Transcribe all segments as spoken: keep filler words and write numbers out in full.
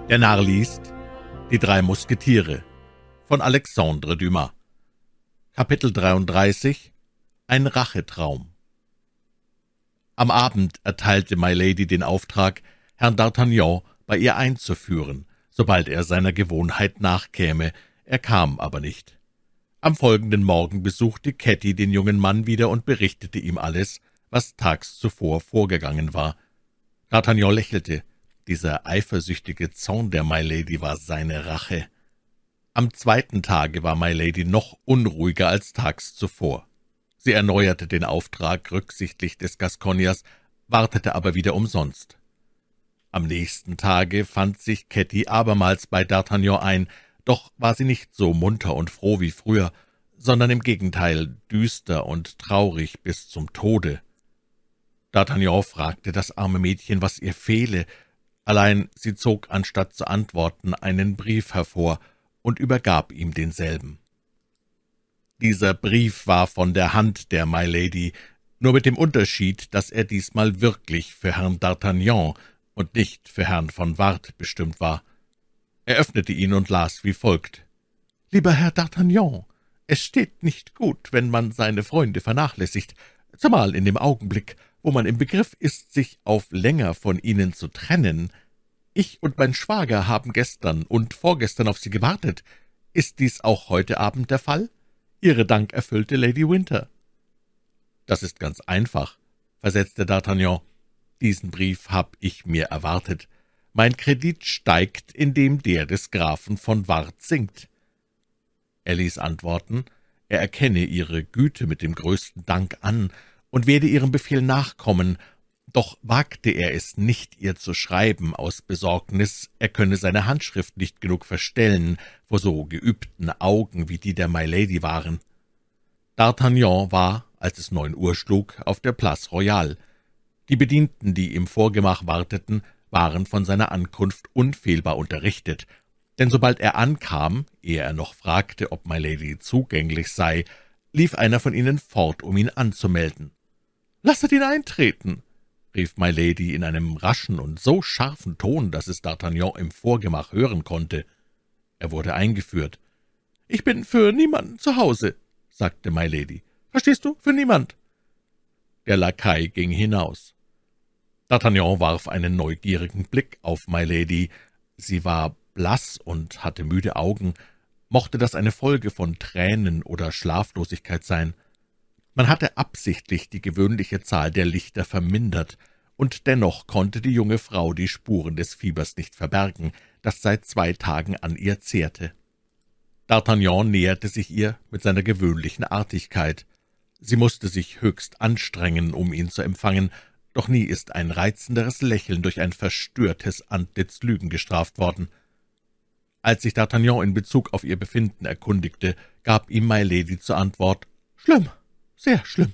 Der Narr liest Die drei Musketiere von Alexandre Dumas. Kapitel dreiunddreißig. Ein Rachetraum. Am Abend erteilte Milady den Auftrag, Herrn d'Artagnan bei ihr einzuführen, sobald er seiner Gewohnheit nachkäme. Er kam aber nicht. Am folgenden Morgen besuchte Ketty den jungen Mann wieder und berichtete ihm alles, was tags zuvor vorgegangen war. D'Artagnan lächelte. Dieser eifersüchtige Zorn der Milady war seine Rache. Am zweiten Tage war Milady noch unruhiger als tags zuvor. Sie erneuerte den Auftrag rücksichtlich des Gascogners, wartete aber wieder umsonst. Am nächsten Tage fand sich Ketty abermals bei D'Artagnan ein, doch war sie nicht so munter und froh wie früher, sondern im Gegenteil düster und traurig bis zum Tode. D'Artagnan fragte das arme Mädchen, was ihr fehle, allein sie zog, anstatt zu antworten, einen Brief hervor und übergab ihm denselben. Dieser Brief war von der Hand der Milady, nur mit dem Unterschied, dass er diesmal wirklich für Herrn d'Artagnan und nicht für Herrn von Ward bestimmt war. Er öffnete ihn und las wie folgt: »Lieber Herr d'Artagnan, es steht nicht gut, wenn man seine Freunde vernachlässigt, zumal in dem Augenblick, wo man im Begriff ist, sich auf länger von ihnen zu trennen. Ich und mein Schwager haben gestern und vorgestern auf Sie gewartet. Ist dies auch heute Abend der Fall? Ihre dankerfüllte Lady Winter.« »Das ist ganz einfach«, versetzte D'Artagnan. »Diesen Brief hab ich mir erwartet. Mein Kredit steigt, indem der des Grafen von Ward sinkt.« Er ließ antworten, er erkenne ihre Güte mit dem größten Dank an und werde ihrem Befehl nachkommen, doch wagte er es nicht, ihr zu schreiben, aus Besorgnis, er könne seine Handschrift nicht genug verstellen vor so geübten Augen, wie die der Milady waren. D'Artagnan war, als es neun Uhr schlug, auf der Place Royale. Die Bedienten, die im Vorgemach warteten, waren von seiner Ankunft unfehlbar unterrichtet, denn sobald er ankam, ehe er noch fragte, ob Milady zugänglich sei, lief einer von ihnen fort, um ihn anzumelden. »Lasset ihn eintreten«, rief Milady in einem raschen und so scharfen Ton, dass es D'Artagnan im Vorgemach hören konnte. Er wurde eingeführt. »Ich bin für niemanden zu Hause«, sagte Milady. »Verstehst du, für niemand.« Der Lakai ging hinaus. D'Artagnan warf einen neugierigen Blick auf Milady. Sie war blass und hatte müde Augen. Mochte das eine Folge von Tränen oder Schlaflosigkeit sein? Man hatte absichtlich die gewöhnliche Zahl der Lichter vermindert, und dennoch konnte die junge Frau die Spuren des Fiebers nicht verbergen, das seit zwei Tagen an ihr zehrte. D'Artagnan näherte sich ihr mit seiner gewöhnlichen Artigkeit. Sie musste sich höchst anstrengen, um ihn zu empfangen, doch nie ist ein reizenderes Lächeln durch ein verstörtes Antlitz Lügen gestraft worden. Als sich D'Artagnan in Bezug auf ihr Befinden erkundigte, gab ihm Milady zur Antwort: »Schlimm, sehr schlimm.«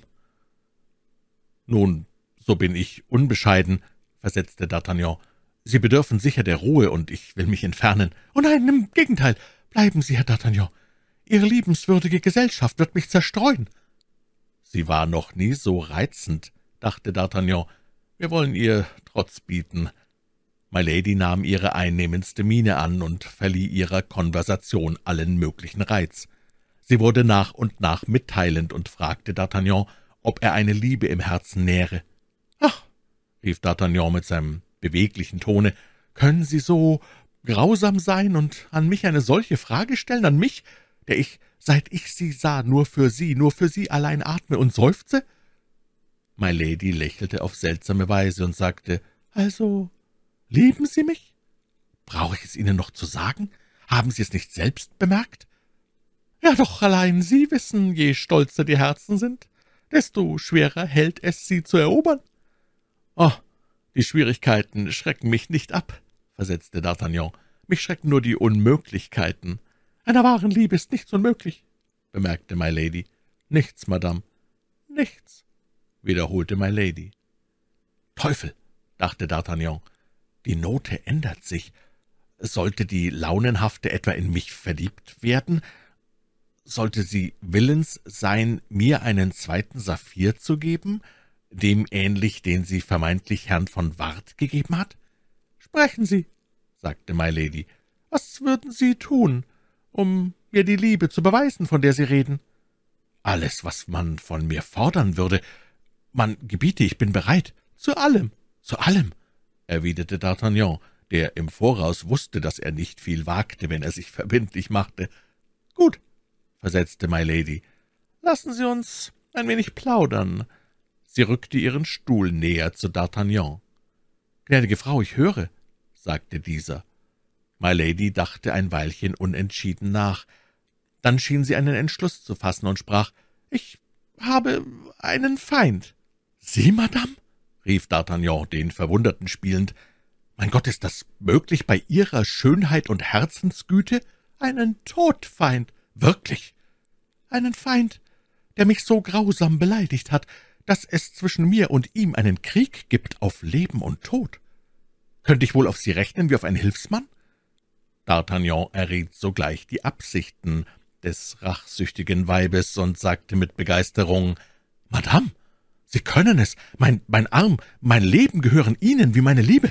»Nun, so bin ich unbescheiden«, versetzte D'Artagnan. »Sie bedürfen sicher der Ruhe, und ich will mich entfernen.« »Oh nein, im Gegenteil. Bleiben Sie, Herr d'Artagnan. Ihre liebenswürdige Gesellschaft wird mich zerstreuen.« »Sie war noch nie so reizend«, dachte D'Artagnan. »Wir wollen ihr Trotz bieten.« Milady nahm ihre einnehmendste Miene an und verlieh ihrer Konversation allen möglichen Reiz. Sie wurde nach und nach mitteilend und fragte D'Artagnan, ob er eine Liebe im Herzen nähre. »Ach«, rief D'Artagnan mit seinem beweglichen Tone, »können Sie so grausam sein und an mich eine solche Frage stellen, an mich, der ich, seit ich Sie sah, nur für Sie, nur für Sie allein atme und seufze?« Milady lächelte auf seltsame Weise und sagte, »Also, lieben Sie mich? Brauche ich es Ihnen noch zu sagen? Haben Sie es nicht selbst bemerkt? Ja, doch allein Sie wissen, je stolzer die Herzen sind, desto schwerer hält es, sie zu erobern.« »Oh, die Schwierigkeiten schrecken mich nicht ab«, versetzte D'Artagnan. »Mich schrecken nur die Unmöglichkeiten.« »Einer wahren Liebe ist nichts unmöglich«, bemerkte Milady. »Nichts, Madame, nichts«, wiederholte Milady. »Teufel«, dachte D'Artagnan, »die Note ändert sich. Sollte die Launenhafte etwa in mich verliebt werden? Sollte sie willens sein, mir einen zweiten Saphir zu geben, dem ähnlich, den sie vermeintlich Herrn von Ward gegeben hat?« »Sprechen Sie«, sagte Milady. »Was würden Sie tun, um mir die Liebe zu beweisen, von der Sie reden?« »Alles, was man von mir fordern würde. Man gebiete, ich bin bereit. Zu allem, zu allem«, erwiderte D'Artagnan, der im Voraus wusste, dass er nicht viel wagte, wenn er sich verbindlich machte. »Gut«, versetzte Milady, »lassen Sie uns ein wenig plaudern.« Sie rückte ihren Stuhl näher zu D'Artagnan. »Gnädige Frau, ich höre«, sagte dieser. Milady dachte ein Weilchen unentschieden nach. Dann schien sie einen Entschluss zu fassen und sprach, »Ich habe einen Feind.« »Sie, Madame?« rief D'Artagnan, den Verwunderten spielend. »Mein Gott, ist das möglich bei Ihrer Schönheit und Herzensgüte? Einen Todfeind, wirklich! Einen Feind, der mich so grausam beleidigt hat, dass es zwischen mir und ihm einen Krieg gibt auf Leben und Tod. Könnte ich wohl auf Sie rechnen wie auf einen Hilfsmann?« D'Artagnan erriet sogleich die Absichten des rachsüchtigen Weibes und sagte mit Begeisterung, »Madame, Sie können es! Mein, mein Arm, mein Leben gehören Ihnen wie meine Liebe!«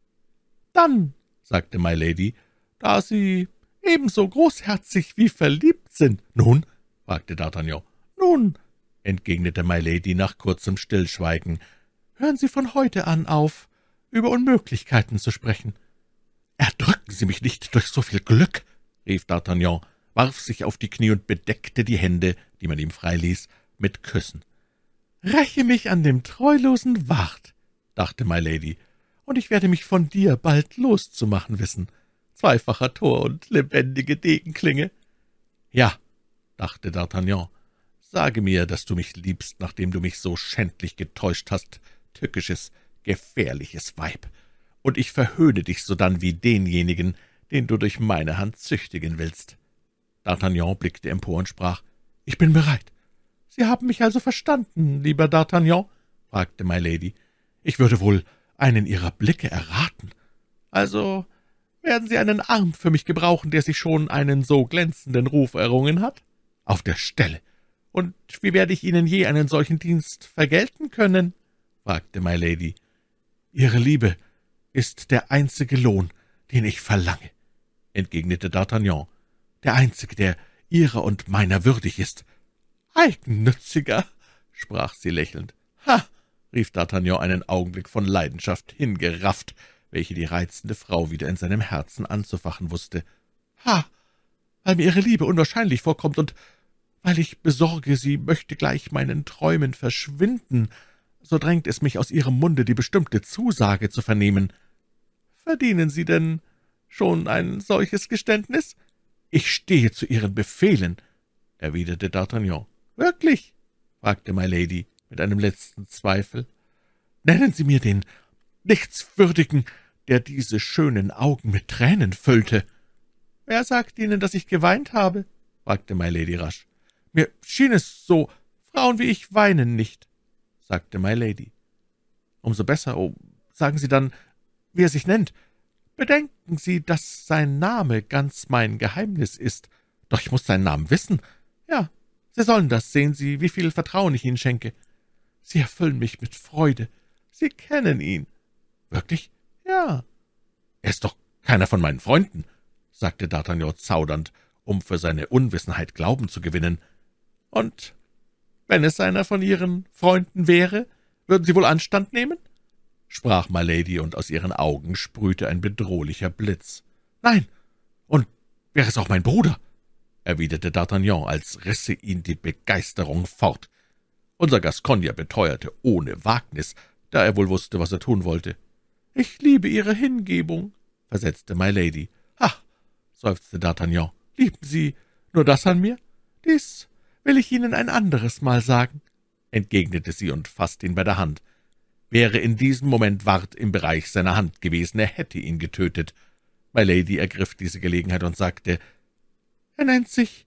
»Dann«, sagte Milady, »da Sie ebenso großherzig wie verliebt sind.« »Nun?« fragte D'Artagnan. »Nun«, entgegnete Milady nach kurzem Stillschweigen, »hören Sie von heute an auf, über Unmöglichkeiten zu sprechen.« »Erdrücken Sie mich nicht durch so viel Glück«, rief D'Artagnan, warf sich auf die Knie und bedeckte die Hände, die man ihm freiließ, mit Küssen. »Räche mich an dem treulosen Wart«, dachte Milady, »und ich werde mich von dir bald loszumachen wissen. Zweifacher Tor und lebendige Degenklinge.« »Ja«, dachte D'Artagnan, »sage mir, dass du mich liebst, nachdem du mich so schändlich getäuscht hast, tückisches, gefährliches Weib, und ich verhöhne dich sodann wie denjenigen, den du durch meine Hand züchtigen willst.« D'Artagnan blickte empor und sprach, »Ich bin bereit.« »Sie haben mich also verstanden, lieber D'Artagnan?« fragte Milady. »Ich würde wohl einen Ihrer Blicke erraten. Also werden Sie einen Arm für mich gebrauchen, der sich schon einen so glänzenden Ruf errungen hat?« »Auf der Stelle.« »Und wie werde ich Ihnen je einen solchen Dienst vergelten können?« fragte Milady. »Ihre Liebe ist der einzige Lohn, den ich verlange«, entgegnete D'Artagnan, »der einzige, der Ihrer und meiner würdig ist.« »Eigennütziger«, sprach sie lächelnd. »Ha«, rief D'Artagnan einen Augenblick von Leidenschaft hingerafft, welche die reizende Frau wieder in seinem Herzen anzufachen wusste. »Ha, weil mir Ihre Liebe unwahrscheinlich vorkommt und weil ich besorge, sie möchte gleich meinen Träumen verschwinden, so drängt es mich aus Ihrem Munde, die bestimmte Zusage zu vernehmen.« »Verdienen Sie denn schon ein solches Geständnis?« »Ich stehe zu Ihren Befehlen«, erwiderte D'Artagnan. »Wirklich?« fragte Milady mit einem letzten Zweifel. »Nennen Sie mir den Nichtswürdigen, der diese schönen Augen mit Tränen füllte.« »Wer sagt Ihnen, dass ich geweint habe?« fragte Milady rasch. »Mir schien es so. Frauen wie ich weinen nicht«, sagte Milady. »Umso besser. Oh, sagen Sie dann, wie er sich nennt. Bedenken Sie, dass sein Name ganz mein Geheimnis ist. Doch ich muß seinen Namen wissen. Ja, Sie sollen das, sehen Sie, wie viel Vertrauen ich Ihnen schenke. Sie erfüllen mich mit Freude. Sie kennen ihn.« »Wirklich?« »Ja.« »Er ist doch keiner von meinen Freunden«, sagte D'Artagnan zaudernd, um für seine Unwissenheit Glauben zu gewinnen. »Und wenn es einer von Ihren Freunden wäre, würden Sie wohl Anstand nehmen?« sprach Milady, und aus ihren Augen sprühte ein bedrohlicher Blitz. »Nein, und wäre es auch mein Bruder«, erwiderte D'Artagnan, als risse ihn die Begeisterung fort. Unser Gascogner beteuerte ohne Wagnis, da er wohl wusste, was er tun wollte. »Ich liebe Ihre Hingebung«, versetzte Milady. »Ha«, seufzte D'Artagnan, »lieben Sie nur das an mir? Dies will ich Ihnen ein anderes Mal sagen«, entgegnete sie und fasste ihn bei der Hand. Wäre in diesem Moment Ward im Bereich seiner Hand gewesen, er hätte ihn getötet. Milady ergriff diese Gelegenheit und sagte, »Er nennt sich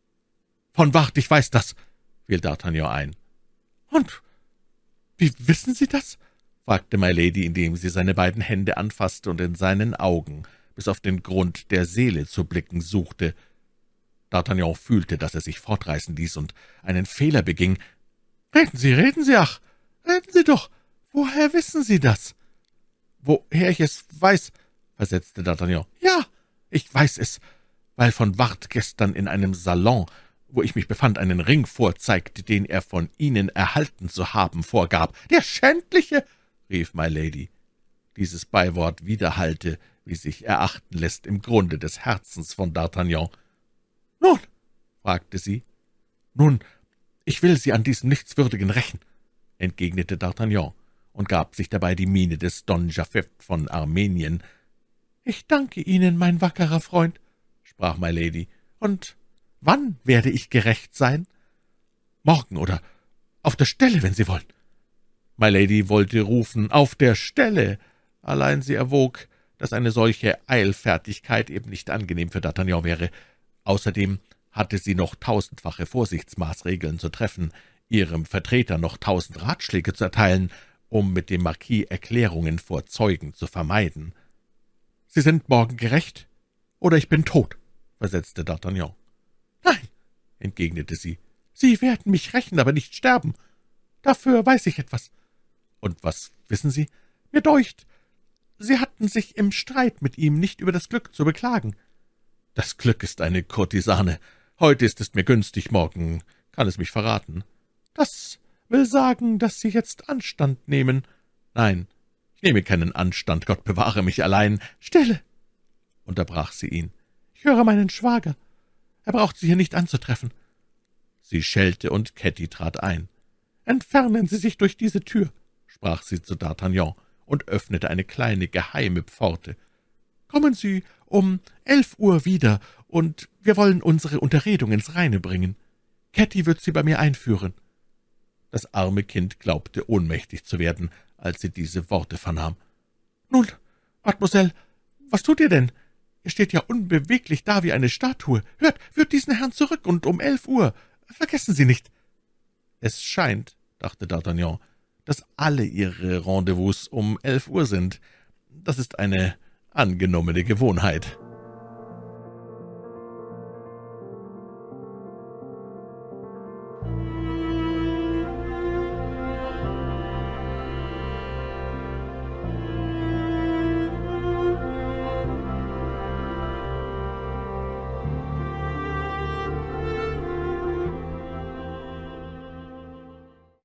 von Ward, ich weiß das«, fiel D'Artagnan ein. »Und wie wissen Sie das?« fragte Milady, indem sie seine beiden Hände anfasste und in seinen Augen bis auf den Grund der Seele zu blicken suchte. D'Artagnan fühlte, dass er sich fortreißen ließ und einen Fehler beging. »Reden Sie, reden Sie, ach, reden Sie doch! Woher wissen Sie das?« »Woher ich es weiß«, versetzte D'Artagnan. »Ja, ich weiß es, weil von Ward gestern in einem Salon, wo ich mich befand, einen Ring vorzeigte, den er von Ihnen erhalten zu haben vorgab.« »Der Schändliche!« rief Milady. Dieses Beiwort widerhallte, wie sich erachten lässt, im Grunde des Herzens von D'Artagnan. »Nun?« fragte sie. »Nun, ich will Sie an diesem Nichtswürdigen rächen«, entgegnete D'Artagnan und gab sich dabei die Miene des Don Japhet von Armenien. »Ich danke Ihnen, mein wackerer Freund«, sprach Milady. »Und wann werde ich gerächt sein?« »Morgen oder auf der Stelle, wenn Sie wollen.« Milady wollte rufen, »auf der Stelle«, allein sie erwog, dass eine solche Eilfertigkeit eben nicht angenehm für D'Artagnan wäre. Außerdem hatte sie noch tausendfache Vorsichtsmaßregeln zu treffen, ihrem Vertreter noch tausend Ratschläge zu erteilen, um mit dem Marquis Erklärungen vor Zeugen zu vermeiden. »Sie sind morgen gerächt, oder ich bin tot«, versetzte D'Artagnan. »Nein«, entgegnete sie, »Sie werden mich rächen, aber nicht sterben. Dafür weiß ich etwas.« »Und was wissen Sie?« »Mir deucht, Sie hatten sich im Streit mit ihm nicht über das Glück zu beklagen.« »Das Glück ist eine Kurtisane. Heute ist es mir günstig, morgen kann es mich verraten.« »Das will sagen, dass Sie jetzt Anstand nehmen.« »Nein, ich nehme keinen Anstand, Gott bewahre mich allein.« »Stille«, unterbrach sie ihn. »Ich höre meinen Schwager. Er braucht Sie hier nicht anzutreffen.« Sie schellte, und Ketty trat ein. »Entfernen Sie sich durch diese Tür«, sprach sie zu D'Artagnan und öffnete eine kleine geheime Pforte. »Kommen Sie um elf Uhr wieder, und wir wollen unsere Unterredung ins Reine bringen. Ketty wird Sie bei mir einführen.« Das arme Kind glaubte, ohnmächtig zu werden, als sie diese Worte vernahm. »Nun, Mademoiselle, was tut ihr denn? Ihr steht ja unbeweglich da wie eine Statue. Hört, führt diesen Herrn zurück, und um elf Uhr. Vergessen Sie nicht.« »Es scheint«, dachte D'Artagnan, »dass alle Ihre Rendezvous um elf Uhr sind. Das ist eine angenommene Gewohnheit.«